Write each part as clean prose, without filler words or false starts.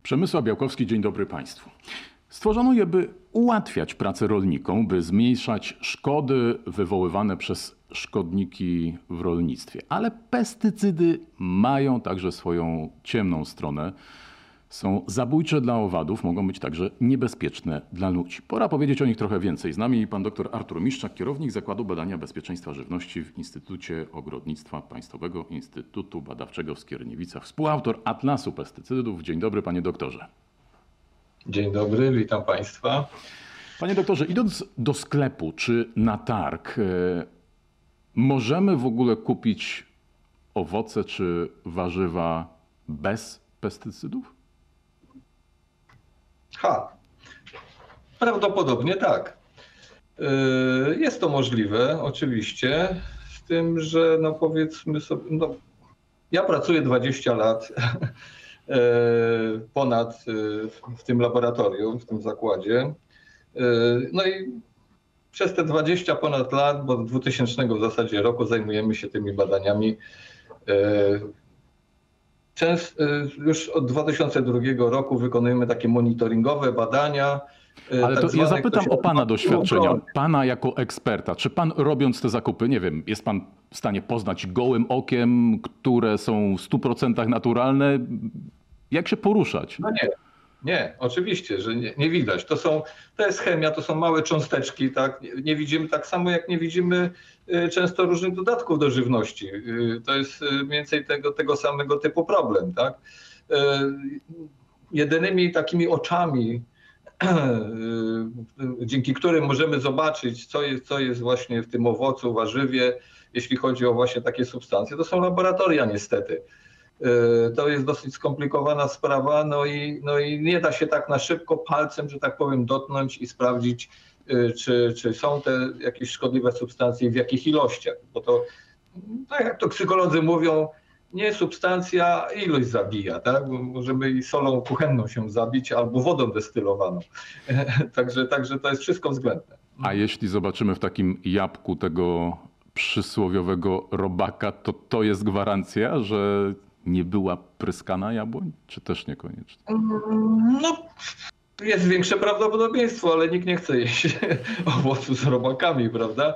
Przemysław Białkowski, dzień dobry Państwu. Stworzono je, by ułatwiać pracę rolnikom, by zmniejszać szkody wywoływane przez szkodniki w rolnictwie. Ale pestycydy mają także swoją ciemną stronę. Są zabójcze dla owadów, mogą być także niebezpieczne dla ludzi. Pora powiedzieć o nich trochę więcej. Z nami pan dr Artur Miszczak, kierownik Zakładu Badania Bezpieczeństwa Żywności w Instytucie Ogrodnictwa Państwowego Instytutu Badawczego w Skierniewicach, współautor Atlasu Pestycydów. Dzień dobry, panie doktorze. Dzień dobry, witam państwa. Panie doktorze, idąc do sklepu czy na targ, możemy w ogóle kupić owoce czy warzywa bez pestycydów? Prawdopodobnie tak. Jest to możliwe, oczywiście, z tym, że no powiedzmy sobie, ja pracuję 20 lat ponad w tym laboratorium, w tym zakładzie. No i przez te 20 ponad lat, bo od 2000 w zasadzie roku zajmujemy się tymi badaniami. Już od 2002 roku wykonujemy takie monitoringowe badania. Ale to ja zapytam o pana doświadczenia, pana jako eksperta. Czy pan, robiąc te zakupy, nie wiem, jest pan w stanie poznać gołym okiem, które są w 100% naturalne? Jak się poruszać? No nie, oczywiście, że nie widać. To jest chemia, to są małe cząsteczki, tak? Nie widzimy, tak samo jak nie widzimy często różnych dodatków do żywności. To jest mniej więcej tego samego typu problem, tak? Jedynymi takimi oczami, dzięki którym możemy zobaczyć, co jest właśnie w tym owocu, warzywie, jeśli chodzi o właśnie takie substancje, to są laboratoria niestety. To jest dosyć skomplikowana sprawa, no i nie da się tak na szybko palcem, że tak powiem, dotknąć i sprawdzić, czy są te jakieś szkodliwe substancje i w jakich ilościach. Bo to, tak jak to psycholodzy mówią, nie substancja, ilość zabija, tak? Możemy i solą kuchenną się zabić albo wodą destylowaną. Także to jest wszystko względne. A jeśli zobaczymy w takim jabłku tego przysłowiowego robaka, to jest gwarancja, że nie była pryskana jabłoń, czy też niekoniecznie? No, jest większe prawdopodobieństwo, ale nikt nie chce jeść owocu z robakami, prawda?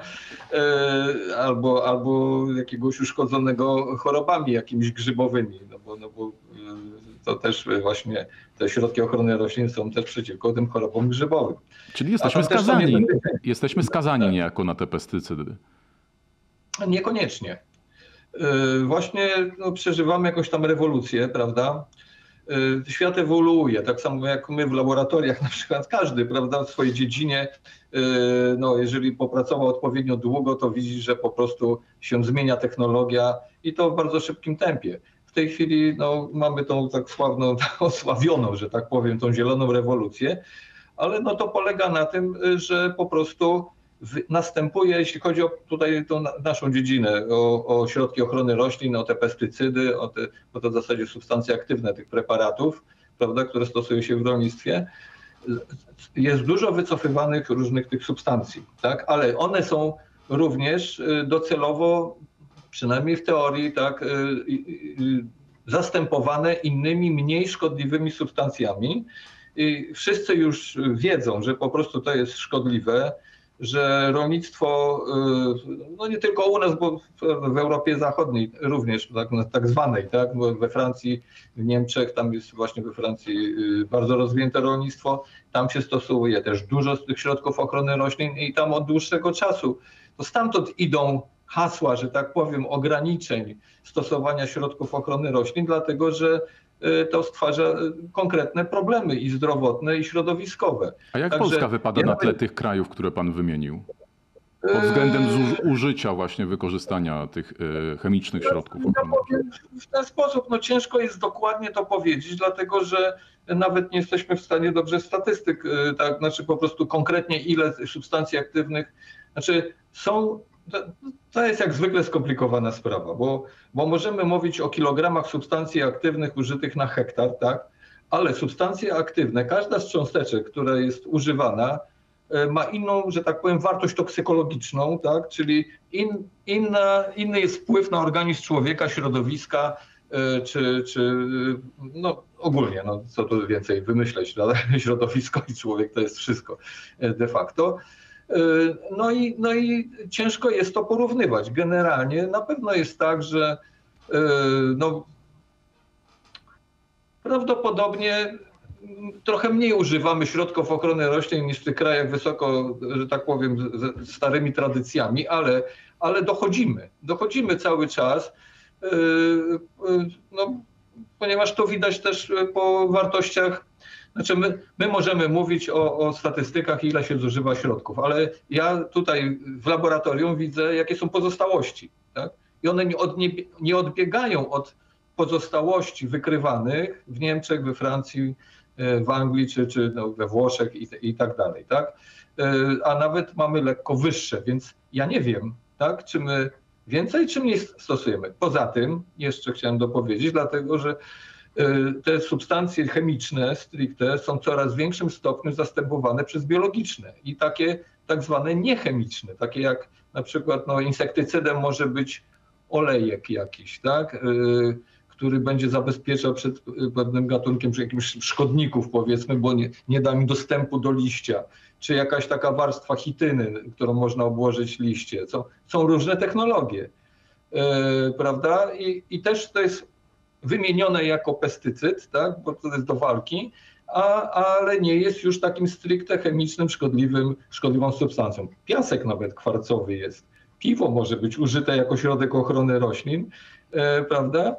Albo jakiegoś uszkodzonego chorobami jakimiś grzybowymi, no bo to też właśnie te środki ochrony roślin są też przeciwko tym chorobom grzybowym. Czyli jesteśmy skazani niejako na te pestycydy. Niekoniecznie. Właśnie przeżywamy jakąś tam rewolucję, prawda? Świat ewoluuje, tak samo jak my w laboratoriach, na przykład każdy, prawda, w swojej dziedzinie, jeżeli popracował odpowiednio długo, to widzi, że po prostu się zmienia technologia i to w bardzo szybkim tempie. W tej chwili mamy tą tak sławną, osławioną, że tak powiem, tą zieloną rewolucję, ale to polega na tym, że po prostu następuje, jeśli chodzi o tutaj tą naszą dziedzinę, o środki ochrony roślin, o te pestycydy, bo to w zasadzie substancje aktywne tych preparatów, prawda, które stosuje się w rolnictwie, jest dużo wycofywanych różnych tych substancji, tak, ale one są również docelowo, przynajmniej w teorii, tak, zastępowane innymi, mniej szkodliwymi substancjami. I wszyscy już wiedzą, że po prostu to jest szkodliwe, że rolnictwo, nie tylko u nas, bo w Europie Zachodniej również, tak zwanej, tak, bo we Francji, w Niemczech, tam jest właśnie we Francji bardzo rozwinięte rolnictwo, tam się stosuje też dużo z tych środków ochrony roślin i tam od dłuższego czasu, to stamtąd idą hasła, że tak powiem, ograniczeń stosowania środków ochrony roślin, dlatego że to stwarza konkretne problemy i zdrowotne, i środowiskowe. A jak Polska wypada na tle tych krajów, które pan wymienił? Pod względem użycia właśnie wykorzystania tych chemicznych środków ochrony roślin. W ten sposób ciężko jest dokładnie to powiedzieć, dlatego że nawet nie jesteśmy w stanie dobrze statystyk, tak, znaczy po prostu konkretnie ile substancji aktywnych, to jest jak zwykle skomplikowana sprawa, bo możemy mówić o kilogramach substancji aktywnych użytych na hektar, tak? Ale substancje aktywne, każda z cząsteczek, która jest używana, ma inną, że tak powiem, wartość toksykologiczną, tak? Czyli inny jest wpływ na organizm człowieka, środowiska, czy no ogólnie, no co tu więcej wymyśleć, prawda? Środowisko i człowiek to jest wszystko de facto. No i ciężko jest to porównywać. Generalnie na pewno jest tak, że no, prawdopodobnie trochę mniej używamy środków ochrony roślin niż w tych krajach wysoko, że tak powiem, ze starymi tradycjami, ale dochodzimy cały czas, no, ponieważ to widać też po wartościach. Znaczy my możemy mówić o statystykach, ile się zużywa środków, ale ja tutaj w laboratorium widzę, jakie są pozostałości. Tak? I one nie odbiegają od pozostałości wykrywanych w Niemczech, we Francji, w Anglii czy no, we Włoszech i tak dalej. Tak? A nawet mamy lekko wyższe, więc ja nie wiem, tak? Czy my więcej czy mniej stosujemy. Poza tym, jeszcze chciałem dopowiedzieć, dlatego że te substancje chemiczne stricte są w coraz większym stopniu zastępowane przez biologiczne i takie tak zwane niechemiczne, takie jak na przykład no, insektycydem może być olejek jakiś, tak? Który będzie zabezpieczał przed pewnym gatunkiem, czy jakimś szkodników powiedzmy, bo nie da mi dostępu do liścia, czy jakaś taka warstwa chityny, którą można obłożyć liście. Są różne technologie, prawda? I też to jest wymienione jako pestycyd, tak? Bo to jest do walki, ale nie jest już takim stricte chemicznym, szkodliwą substancją. Piasek nawet kwarcowy jest. Piwo może być użyte jako środek ochrony roślin, prawda?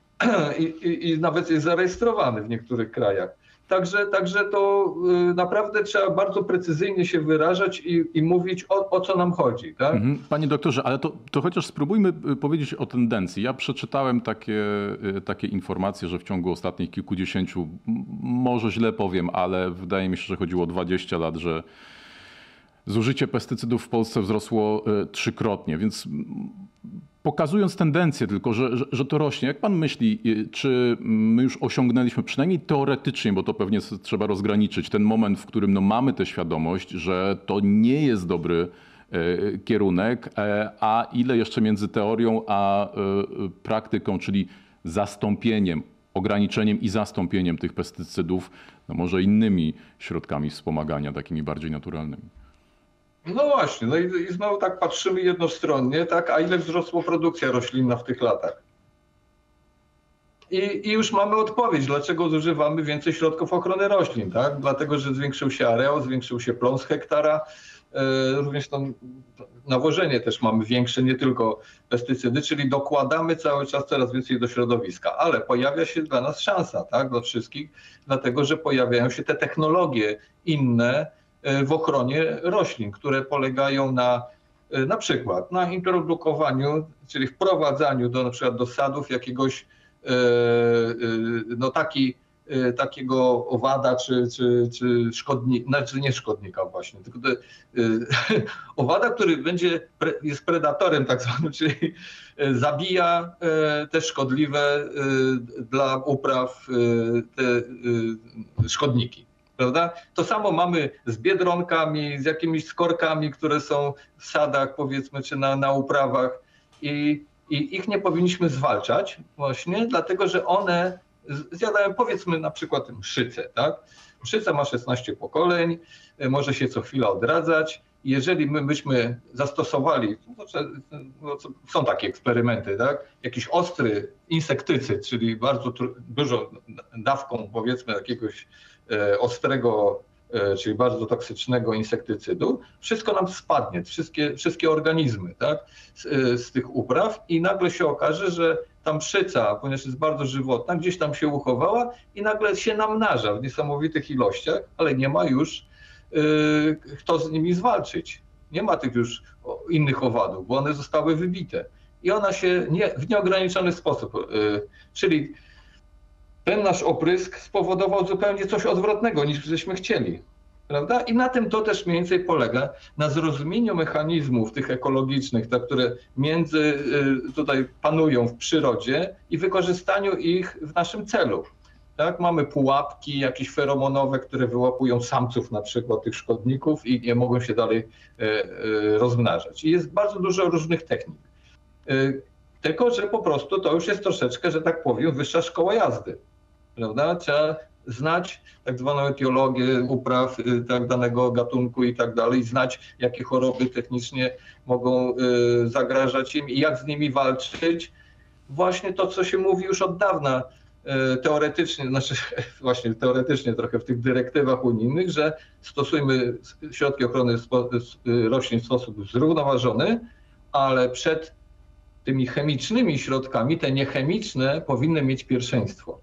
I nawet jest zarejestrowany w niektórych krajach. Także to naprawdę trzeba bardzo precyzyjnie się wyrażać i mówić o co nam chodzi. Tak? Panie doktorze, ale to chociaż spróbujmy powiedzieć o tendencji. Ja przeczytałem takie informacje, że w ciągu ostatnich kilkudziesięciu, może źle powiem, ale wydaje mi się, że chodziło o 20 lat, że zużycie pestycydów w Polsce wzrosło trzykrotnie, więc pokazując tendencję tylko, że to rośnie, jak pan myśli, czy my już osiągnęliśmy przynajmniej teoretycznie, bo to pewnie trzeba rozgraniczyć, ten moment, w którym no mamy tę świadomość, że to nie jest dobry kierunek, a ile jeszcze między teorią a praktyką, czyli zastąpieniem, ograniczeniem i zastąpieniem tych pestycydów, no może innymi środkami wspomagania, takimi bardziej naturalnymi. No właśnie, no i znowu tak patrzymy jednostronnie, tak, a ile wzrosła produkcja roślinna w tych latach? I już mamy odpowiedź, dlaczego zużywamy więcej środków ochrony roślin, tak? Dlatego, że zwiększył się areał, zwiększył się plon z hektara, również to nawożenie też mamy większe, nie tylko pestycydy, czyli dokładamy cały czas coraz więcej do środowiska, ale pojawia się dla nas szansa, tak, dla wszystkich, dlatego, że pojawiają się te technologie inne, w ochronie roślin, które polegają na przykład na introdukowaniu, czyli wprowadzaniu na przykład do sadów jakiegoś no takiego owada czy szkodnika, znaczy nie szkodnika właśnie, tylko owada, który jest predatorem tak zwanym, czyli zabija te szkodliwe dla upraw te szkodniki. Prawda? To samo mamy z biedronkami, z jakimiś skorkami, które są w sadach powiedzmy, czy na uprawach i ich nie powinniśmy zwalczać właśnie, dlatego że one zjadają powiedzmy na przykład mszycę. Tak? Mszyca ma 16 pokoleń, może się co chwila odradzać. Jeżeli my byśmy zastosowali, są takie eksperymenty, tak? Jakiś ostry insektycyd, czyli bardzo dużo dawką powiedzmy jakiegoś ostrego, czyli bardzo toksycznego insektycydu, wszystko nam spadnie, wszystkie organizmy, tak, z tych upraw i nagle się okaże, że ta mszyca, ponieważ jest bardzo żywotna, gdzieś tam się uchowała i nagle się namnaża w niesamowitych ilościach, ale nie ma już kto z nimi zwalczyć. Nie ma tych już innych owadów, bo one zostały wybite. I ona się w nieograniczony sposób, czyli ten nasz oprysk spowodował zupełnie coś odwrotnego niż żeśmy chcieli. Prawda? I na tym to też mniej więcej polega, na zrozumieniu mechanizmów tych ekologicznych, te, które tutaj panują w przyrodzie i wykorzystaniu ich w naszym celu. Tak? Mamy pułapki jakieś feromonowe, które wyłapują samców na przykład tych szkodników i nie mogą się dalej rozmnażać. I jest bardzo dużo różnych technik. Tylko że po prostu to już jest troszeczkę, że tak powiem, wyższa szkoła jazdy. Prawda? Trzeba znać tak zwaną etiologię upraw tak, danego gatunku i tak dalej, znać jakie choroby technicznie mogą zagrażać im i jak z nimi walczyć. Właśnie to, co się mówi już od dawna teoretycznie, znaczy właśnie teoretycznie trochę w tych dyrektywach unijnych, że stosujmy środki ochrony roślin w sposób zrównoważony, ale przed tymi chemicznymi środkami te niechemiczne powinny mieć pierwszeństwo.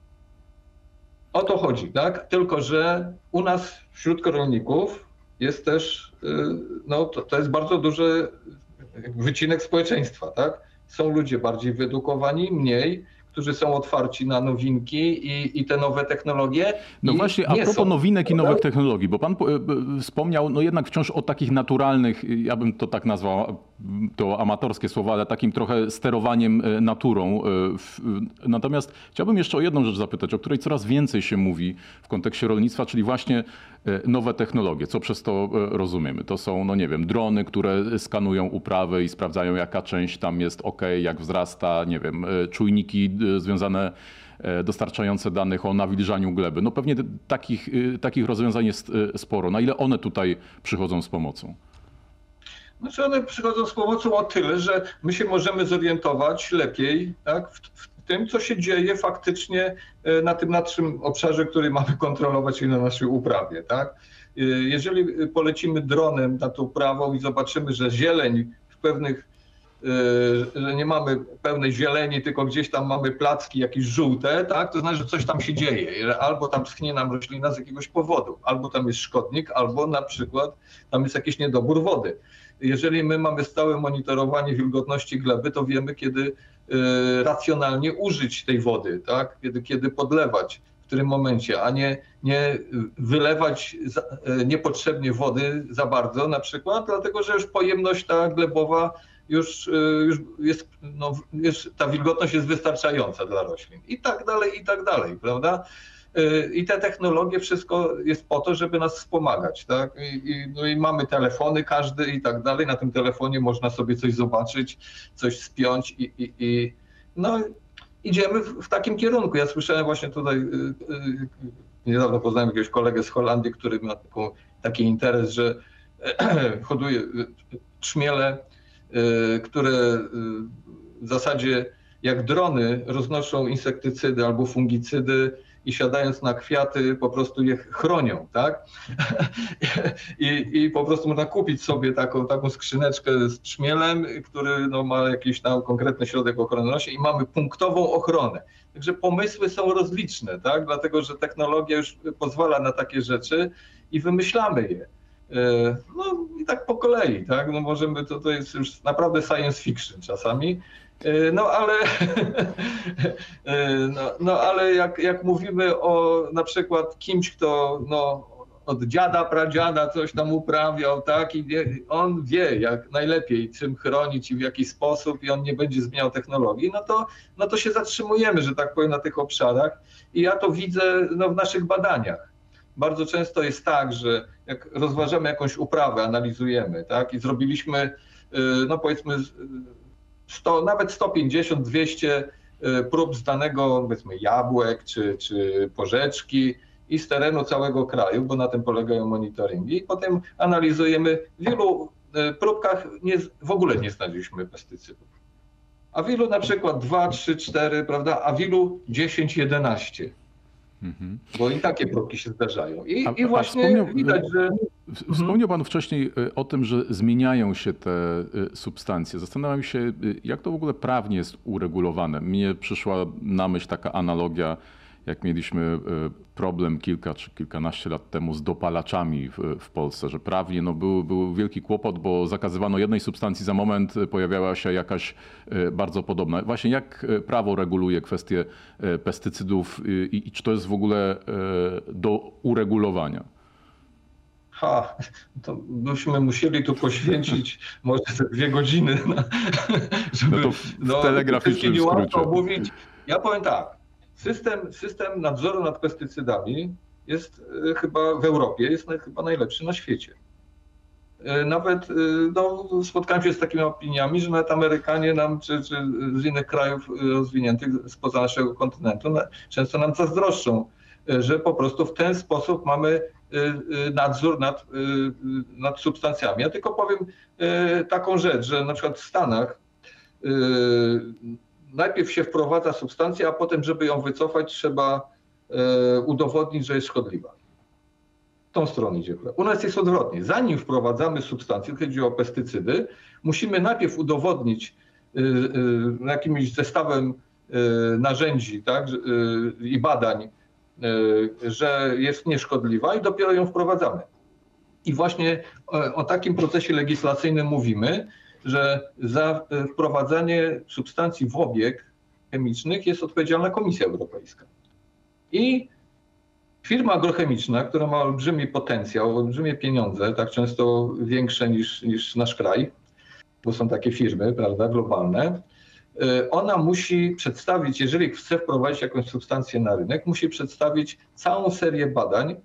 O to chodzi, tak? Tylko że u nas wśród rolników jest też, no to jest bardzo duży wycinek społeczeństwa, tak? Są ludzie bardziej wyedukowani, mniej, którzy są otwarci na nowinki i te nowe technologie. No właśnie, a propos nowinek i nowych technologii, bo pan wspomniał no jednak wciąż o takich naturalnych, ja bym to tak nazwał, to amatorskie słowo, ale takim trochę sterowaniem naturą. Natomiast chciałbym jeszcze o jedną rzecz zapytać, o której coraz więcej się mówi w kontekście rolnictwa, czyli właśnie nowe technologie. Co przez to rozumiemy? To są, no nie wiem, drony, które skanują uprawę i sprawdzają, jaka część tam jest ok, jak wzrasta, nie wiem, czujniki związane, dostarczające danych o nawilżaniu gleby. No pewnie takich rozwiązań jest sporo. Na ile one tutaj przychodzą z pomocą? Znaczy one przychodzą z pomocą o tyle, że my się możemy zorientować lepiej, tak, w tym, co się dzieje faktycznie na tym naszym obszarze, który mamy kontrolować, czyli na naszej uprawie. Tak? Jeżeli polecimy dronem nad uprawą i zobaczymy, że zieleń w pewnych, że nie mamy pełnej zieleni, tylko gdzieś tam mamy placki jakieś żółte, tak? To znaczy, że coś tam się dzieje. Albo tam schnie nam roślina z jakiegoś powodu, albo tam jest szkodnik, albo na przykład tam jest jakiś niedobór wody. Jeżeli my mamy stałe monitorowanie wilgotności gleby, to wiemy, kiedy racjonalnie użyć tej wody, tak? Kiedy podlewać, w którym momencie, a nie wylewać niepotrzebnie wody za bardzo na przykład, dlatego że już pojemność ta glebowa już jest, no, ta wilgotność jest wystarczająca dla roślin i tak dalej, prawda? I te technologie, wszystko jest po to, żeby nas wspomagać, tak? No i mamy telefony każdy i tak dalej. Na tym telefonie można sobie coś zobaczyć, coś spiąć no idziemy w takim kierunku. Ja słyszałem właśnie tutaj, niedawno poznałem jakiegoś kolegę z Holandii, który ma taki interes, że hoduje trzmiele, które w zasadzie jak drony roznoszą insektycydy albo fungicydy i siadając na kwiaty po prostu je chronią, tak? I po prostu można kupić sobie taką skrzyneczkę z trzmielem, który no, ma jakiś tam konkretny środek ochrony roślin i mamy punktową ochronę. Także pomysły są rozliczne, tak? Dlatego że technologia już pozwala na takie rzeczy i wymyślamy je. No i tak po kolei, tak? No możemy, to jest już naprawdę science fiction czasami. No ale jak mówimy o na przykład kimś, kto no, od dziada, pradziada coś tam uprawiał, tak, i on wie jak najlepiej czym chronić i w jaki sposób i on nie będzie zmieniał technologii, no to się zatrzymujemy, że tak powiem, na tych obszarach i ja to widzę no, w naszych badaniach. Bardzo często jest tak, że jak rozważamy jakąś uprawę, analizujemy, tak, i zrobiliśmy, no powiedzmy, nawet 150, 200 prób z danego, powiedzmy, jabłek czy porzeczki i z terenu całego kraju, bo na tym polegają monitoringi. I potem analizujemy, w wielu próbkach w ogóle nie znaleźliśmy pestycydów. A w wielu na przykład 2, 3, 4, prawda, a w wielu 10, 11. Bo i takie próbki się zdarzają. I właśnie widać, że... Wspomniał pan wcześniej o tym, że zmieniają się te substancje. Zastanawiam się, jak to w ogóle prawnie jest uregulowane. Mnie przyszła na myśl taka analogia, jak mieliśmy problem kilka czy kilkanaście lat temu z dopalaczami w Polsce, że prawnie no, był wielki kłopot, bo zakazywano jednej substancji, za moment pojawiała się jakaś bardzo podobna. Właśnie jak prawo reguluje kwestie pestycydów i czy to jest w ogóle do uregulowania? To byśmy musieli tu poświęcić może 2 godziny, żeby no to w telegraficznym skrócie omówić. Ja powiem tak, system nadzoru nad pestycydami jest chyba w Europie, jest chyba najlepszy na świecie. Nawet no, spotkałem się z takimi opiniami, że nawet Amerykanie nam, czy z innych krajów rozwiniętych spoza naszego kontynentu często nam zazdroszczą, że po prostu w ten sposób mamy nadzór nad substancjami. Ja tylko powiem taką rzecz, że na przykład w Stanach najpierw się wprowadza substancję, a potem, żeby ją wycofać, trzeba udowodnić, że jest szkodliwa. W tą stronę idzie. U nas jest odwrotnie. Zanim wprowadzamy substancje, chodzi o pestycydy, musimy najpierw udowodnić jakimś zestawem narzędzi, tak, i badań, że jest nieszkodliwa i dopiero ją wprowadzamy. I właśnie o takim procesie legislacyjnym mówimy, że za wprowadzanie substancji w obieg chemicznych jest odpowiedzialna Komisja Europejska. I firma agrochemiczna, która ma olbrzymi potencjał, olbrzymie pieniądze, tak często większe niż nasz kraj, bo są takie firmy, prawda, globalne, ona musi przedstawić, jeżeli chce wprowadzić jakąś substancję na rynek, musi przedstawić całą serię badań,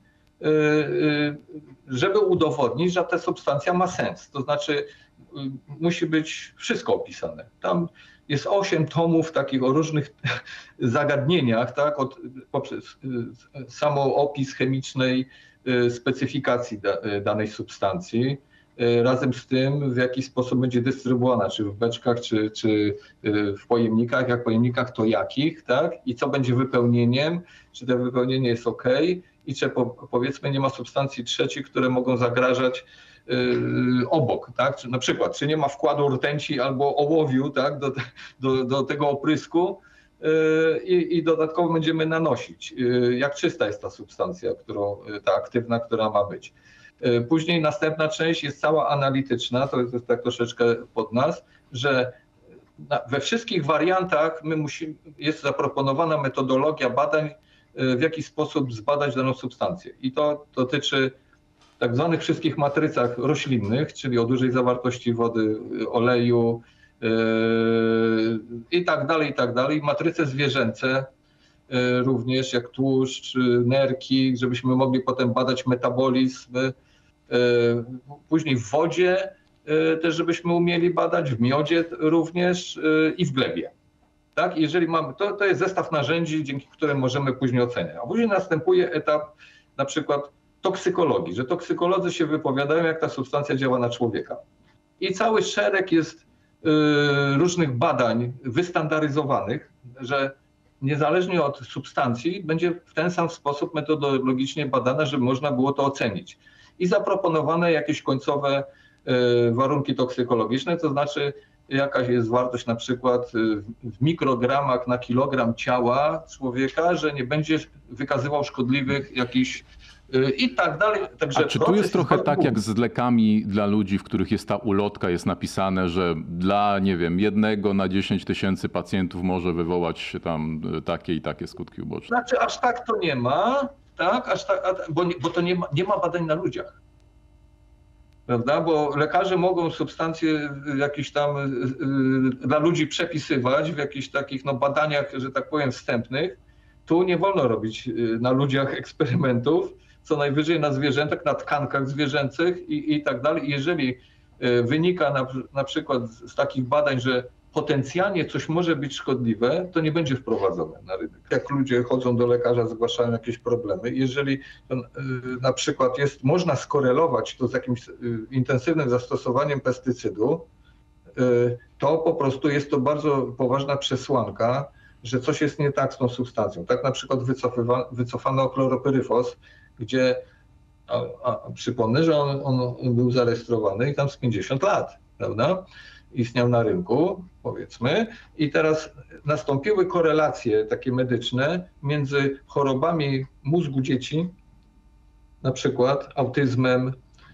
żeby udowodnić, że ta substancja ma sens. To znaczy musi być wszystko opisane. Tam jest 8 tomów takich o różnych zagadnieniach, tak, poprzez samo opis chemicznej specyfikacji danej substancji, razem z tym, w jaki sposób będzie dystrybuowana, czy w beczkach, czy w pojemnikach, jak pojemnikach, to jakich, tak, i co będzie wypełnieniem, czy to wypełnienie jest ok, i czy powiedzmy nie ma substancji trzecich, które mogą zagrażać obok, tak, czy na przykład, czy nie ma wkładu rtęci albo ołowiu, tak, do tego oprysku, i dodatkowo będziemy nanosić, jak czysta jest ta substancja, ta aktywna, która ma być. Później następna część jest cała analityczna, to jest tak troszeczkę pod nas, że we wszystkich wariantach jest zaproponowana metodologia badań, w jaki sposób zbadać daną substancję. I to dotyczy tak zwanych wszystkich matrycach roślinnych, czyli o dużej zawartości wody, oleju i tak dalej, matryce zwierzęce, również jak tłuszcz, nerki, żebyśmy mogli potem badać metabolizm. Później w wodzie też, żebyśmy umieli badać, w miodzie również i w glebie. Tak? Jeżeli mamy, to jest zestaw narzędzi, dzięki którym możemy później oceniać. A później następuje etap na przykład toksykologii, że toksykolodzy się wypowiadają, jak ta substancja działa na człowieka. I cały szereg jest różnych badań wystandaryzowanych, że niezależnie od substancji będzie w ten sam sposób metodologicznie badana, żeby można było to ocenić. I zaproponowane jakieś końcowe warunki toksykologiczne, to znaczy jakaś jest wartość na przykład w mikrogramach na kilogram ciała człowieka, że nie będzie wykazywał szkodliwych jakichś i tak dalej. Także a czy tu jest trochę tak jak z lekami dla ludzi, w których jest ta ulotka, jest napisane, że dla, nie wiem, 1 na 10 000 pacjentów może wywołać tam takie i takie skutki uboczne? Znaczy aż tak to nie ma, tak? Bo to nie ma badań na ludziach. Prawda? Bo lekarze mogą substancje jakieś tam dla ludzi przepisywać w jakichś takich badaniach, że tak powiem, wstępnych. Tu nie wolno robić na ludziach eksperymentów, co najwyżej na zwierzętach, na tkankach zwierzęcych i tak dalej. Jeżeli wynika na przykład z takich badań, że potencjalnie coś może być szkodliwe, to nie będzie wprowadzone na rynek. Jak ludzie chodzą do lekarza, zgłaszają jakieś problemy, jeżeli to na przykład można skorelować to z jakimś intensywnym zastosowaniem pestycydu, to po prostu jest to bardzo poważna przesłanka, że coś jest nie tak z tą substancją. Tak na przykład wycofano chloroperyfos, gdzie, przypomnę, że on był zarejestrowany i tam z 50 lat, prawda? Istniał na rynku, powiedzmy, i teraz nastąpiły korelacje takie medyczne między chorobami mózgu dzieci, na przykład autyzmem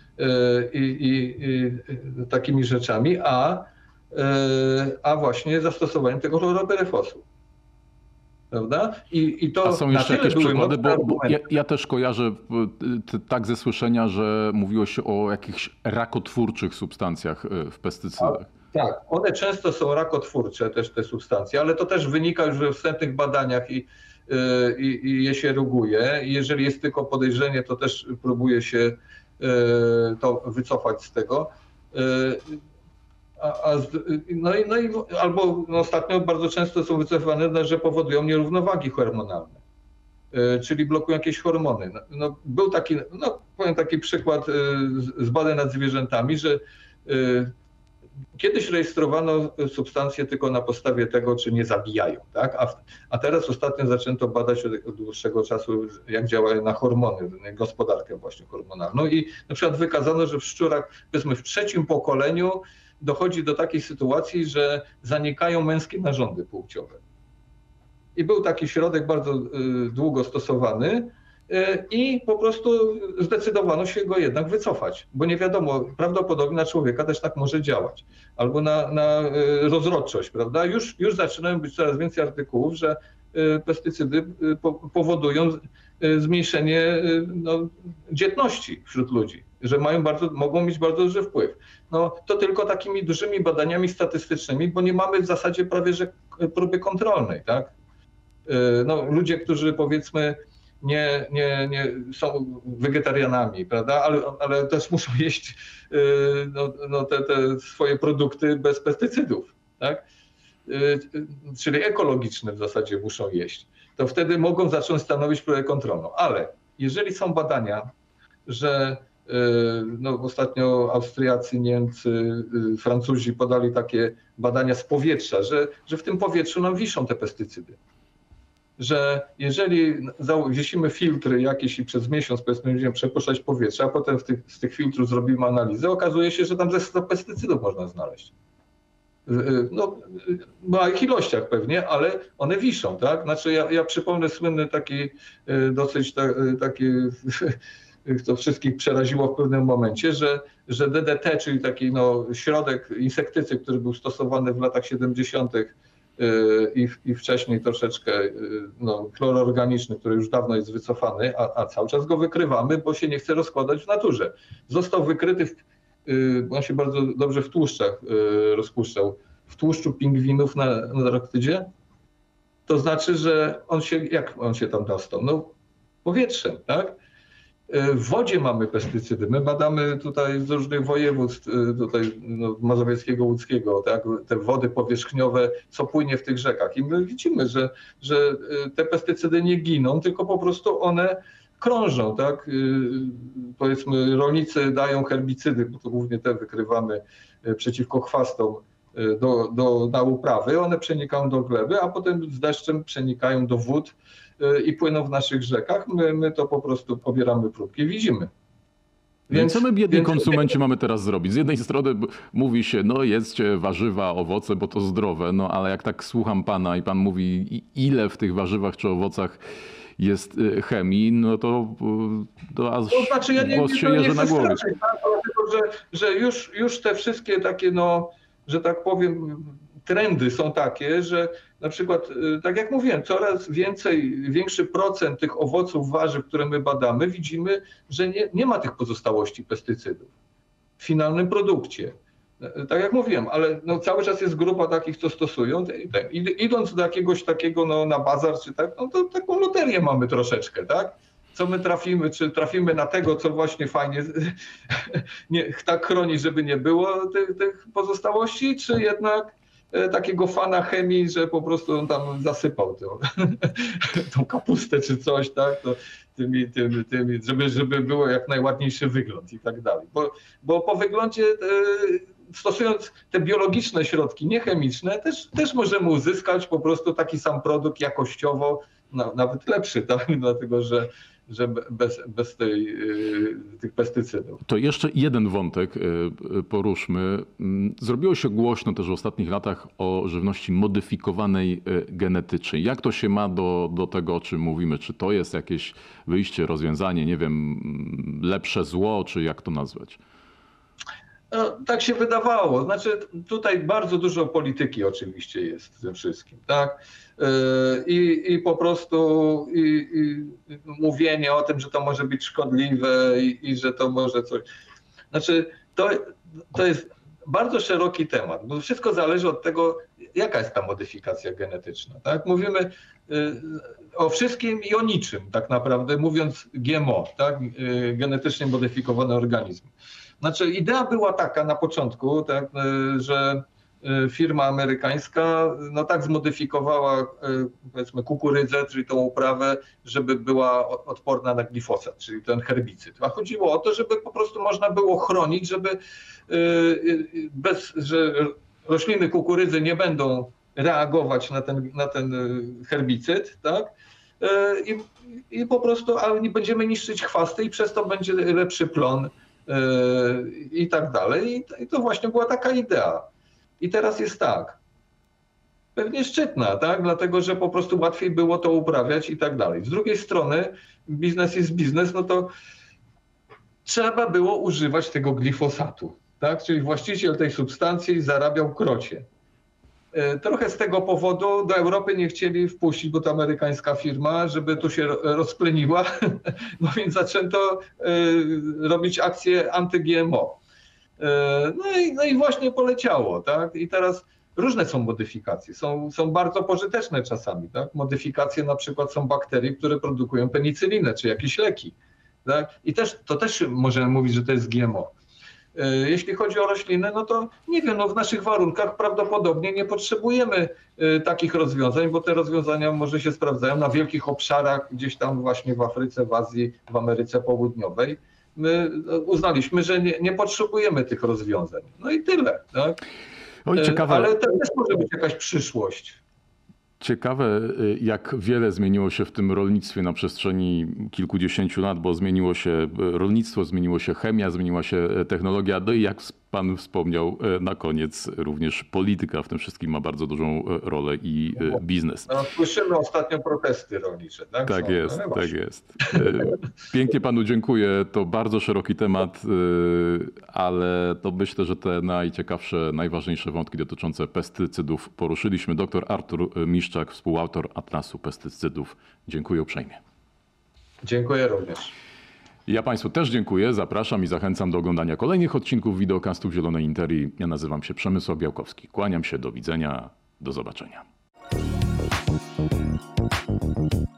i takimi rzeczami, a właśnie zastosowaniem tego chloroperyfosu. Prawda? A są jeszcze jakieś przykłady, bo ja też kojarzę tak ze słyszenia, że mówiło się o jakichś rakotwórczych substancjach w pestycydach. Tak, one często są rakotwórcze też te substancje, ale to też wynika już we wstępnych badaniach i je się ruguje. Jeżeli jest tylko podejrzenie, to też próbuje się to wycofać z tego. Albo ostatnio bardzo często są wycofywane, że powodują nierównowagi hormonalne, czyli blokują jakieś hormony. Był taki, powiem taki przykład z badań nad zwierzętami, że kiedyś rejestrowano substancje tylko na podstawie tego, czy nie zabijają, tak? A teraz ostatnio zaczęto badać od dłuższego czasu, jak działają na hormony, gospodarkę właśnie hormonalną i na przykład wykazano, że w szczurach, powiedzmy w 3. pokoleniu dochodzi do takiej sytuacji, że zanikają męskie narządy płciowe. I był taki środek bardzo długo stosowany i po prostu zdecydowano się go jednak wycofać, bo nie wiadomo, prawdopodobnie na człowieka też tak może działać, albo na rozrodczość, prawda? Już zaczynają być coraz więcej artykułów, że pestycydy powodują zmniejszenie dzietności wśród ludzi, że mogą mieć bardzo duży wpływ. To tylko takimi dużymi badaniami statystycznymi, bo nie mamy w zasadzie prawie że próby kontrolnej, tak? Ludzie, którzy powiedzmy nie są wegetarianami, prawda, ale też muszą jeść te swoje produkty bez pestycydów, tak? Czyli ekologiczne w zasadzie muszą jeść. To wtedy mogą zacząć stanowić próbę kontrolną. Ale jeżeli są badania, że ostatnio Austriacy, Niemcy, Francuzi podali takie badania z powietrza, że w tym powietrzu nam wiszą te pestycydy. Że jeżeli zawiesimy filtry jakieś i przez miesiąc powiedzmy będziemy przepuszczać powietrze, a potem z tych filtrów zrobimy analizę, okazuje się, że tam ze 100 pestycydów można znaleźć. W małych ilościach pewnie, ale one wiszą, tak? Znaczy ja przypomnę słynny taki dosyć taki to wszystkich przeraziło w pewnym momencie, że DDT, czyli taki środek insektycyd, który był stosowany w latach 70. I wcześniej troszeczkę chlororganiczny, który już dawno jest wycofany, a cały czas go wykrywamy, bo się nie chce rozkładać w naturze. Został wykryty, on się bardzo dobrze w tłuszczach rozpuszczał, w tłuszczu pingwinów na Antarktydzie. To znaczy, że jak on się tam dostał? Powietrzem, tak? W wodzie mamy pestycydy. My badamy tutaj z różnych województw, mazowieckiego, łódzkiego, tak, te wody powierzchniowe, co płynie w tych rzekach. I my widzimy, że te pestycydy nie giną, tylko po prostu one krążą, tak? Powiedzmy, rolnicy dają herbicydy, bo to głównie te wykrywamy przeciwko chwastom na uprawy. One przenikają do gleby, a potem z deszczem przenikają do wód i płyną w naszych rzekach. My to po prostu pobieramy próbki i widzimy. Więc co my biedni konsumenci mamy teraz zrobić? Z jednej strony mówi się, jedzcie warzywa, owoce, bo to zdrowe, ale jak tak słucham pana i pan mówi, ile w tych warzywach czy owocach jest chemii, to aż znaczy, ja głos się jeży na głowie. Dlatego, że już te wszystkie takie, że tak powiem, trendy są takie, że na przykład, tak jak mówiłem, coraz większy procent tych owoców, warzyw, które my badamy, widzimy, że nie ma tych pozostałości pestycydów w finalnym produkcie. Tak jak mówiłem, ale cały czas jest grupa takich, co stosują. Idąc do jakiegoś takiego na bazar, czy tak, to taką loterię mamy troszeczkę, tak? Co my trafimy, czy trafimy na tego, co właśnie fajnie tak chroni, żeby nie było tych pozostałości, czy jednak takiego fana chemii, że po prostu on tam zasypał tą kapustę czy coś, tak? To tymi, żeby było jak najładniejszy wygląd i tak dalej. Bo po wyglądzie stosując te biologiczne środki, niechemiczne, też możemy uzyskać po prostu taki sam produkt jakościowo, nawet lepszy, tak? Dlatego, że bez tych pestycydów. To jeszcze jeden wątek poruszmy. Zrobiło się głośno też w ostatnich latach o żywności modyfikowanej genetycznie. Jak to się ma do tego, o czym mówimy? Czy to jest jakieś wyjście, rozwiązanie, nie wiem, lepsze zło, czy jak to nazwać? Tak się wydawało. Znaczy tutaj bardzo dużo polityki oczywiście jest w tym wszystkim, tak? I po prostu mówienie o tym, że to może być szkodliwe i że to może coś. Znaczy to jest bardzo szeroki temat, bo wszystko zależy od tego, jaka jest ta modyfikacja genetyczna. Tak? Mówimy o wszystkim i o niczym, tak naprawdę, mówiąc GMO, tak? Genetycznie modyfikowany organizm. Znaczy, idea była taka na początku, tak, że firma amerykańska no tak zmodyfikowała, powiedzmy, kukurydzę, czyli tą uprawę, żeby była odporna na glifosat, czyli ten herbicyd. A chodziło o to, żeby po prostu można było chronić, żeby że rośliny kukurydzy nie będą reagować na ten herbicyd, tak? I po prostu, ale nie będziemy niszczyć chwasty i przez to będzie lepszy plon i tak dalej. I to właśnie była taka idea. I teraz jest tak, pewnie szczytna, tak? Dlatego że po prostu łatwiej było to uprawiać i tak dalej. Z drugiej strony biznes jest biznes, no to trzeba było używać tego glifosatu, tak? Czyli właściciel tej substancji zarabiał krocie. Trochę z tego powodu do Europy nie chcieli wpuścić, bo to amerykańska firma, żeby tu się rozpleniła, no więc zaczęto robić akcje anty-GMO. No i właśnie poleciało, tak? I teraz różne są modyfikacje, są bardzo pożyteczne czasami, tak? Modyfikacje na przykład są bakterii, które produkują penicylinę, czy jakieś leki, tak? I to też możemy mówić, że to jest GMO. Jeśli chodzi o rośliny, no to nie wiem, no w naszych warunkach prawdopodobnie nie potrzebujemy takich rozwiązań, bo te rozwiązania może się sprawdzają na wielkich obszarach, gdzieś tam właśnie w Afryce, w Azji, w Ameryce Południowej. My uznaliśmy, że nie potrzebujemy tych rozwiązań. No i tyle. Tak? Oj, ciekawe. Ale to też może być jakaś przyszłość. Ciekawe, jak wiele zmieniło się w tym rolnictwie na przestrzeni kilkudziesięciu lat, bo zmieniło się rolnictwo, zmieniło się chemia, zmieniła się technologia, no i jak pan wspomniał na koniec, również polityka w tym wszystkim ma bardzo dużą rolę i biznes. No, słyszymy ostatnio protesty rolnicze. Tak, tak jest, tak jest. Pięknie panu dziękuję. To bardzo szeroki temat, ale to myślę, że te najciekawsze, najważniejsze wątki dotyczące pestycydów poruszyliśmy. Dr Artur Miszczak, współautor Atlasu Pestycydów. Dziękuję uprzejmie. Dziękuję również. Ja państwu też dziękuję, zapraszam i zachęcam do oglądania kolejnych odcinków wideokastów Zielonej Interii. Ja nazywam się Przemysław Białkowski. Kłaniam się, do widzenia, do zobaczenia.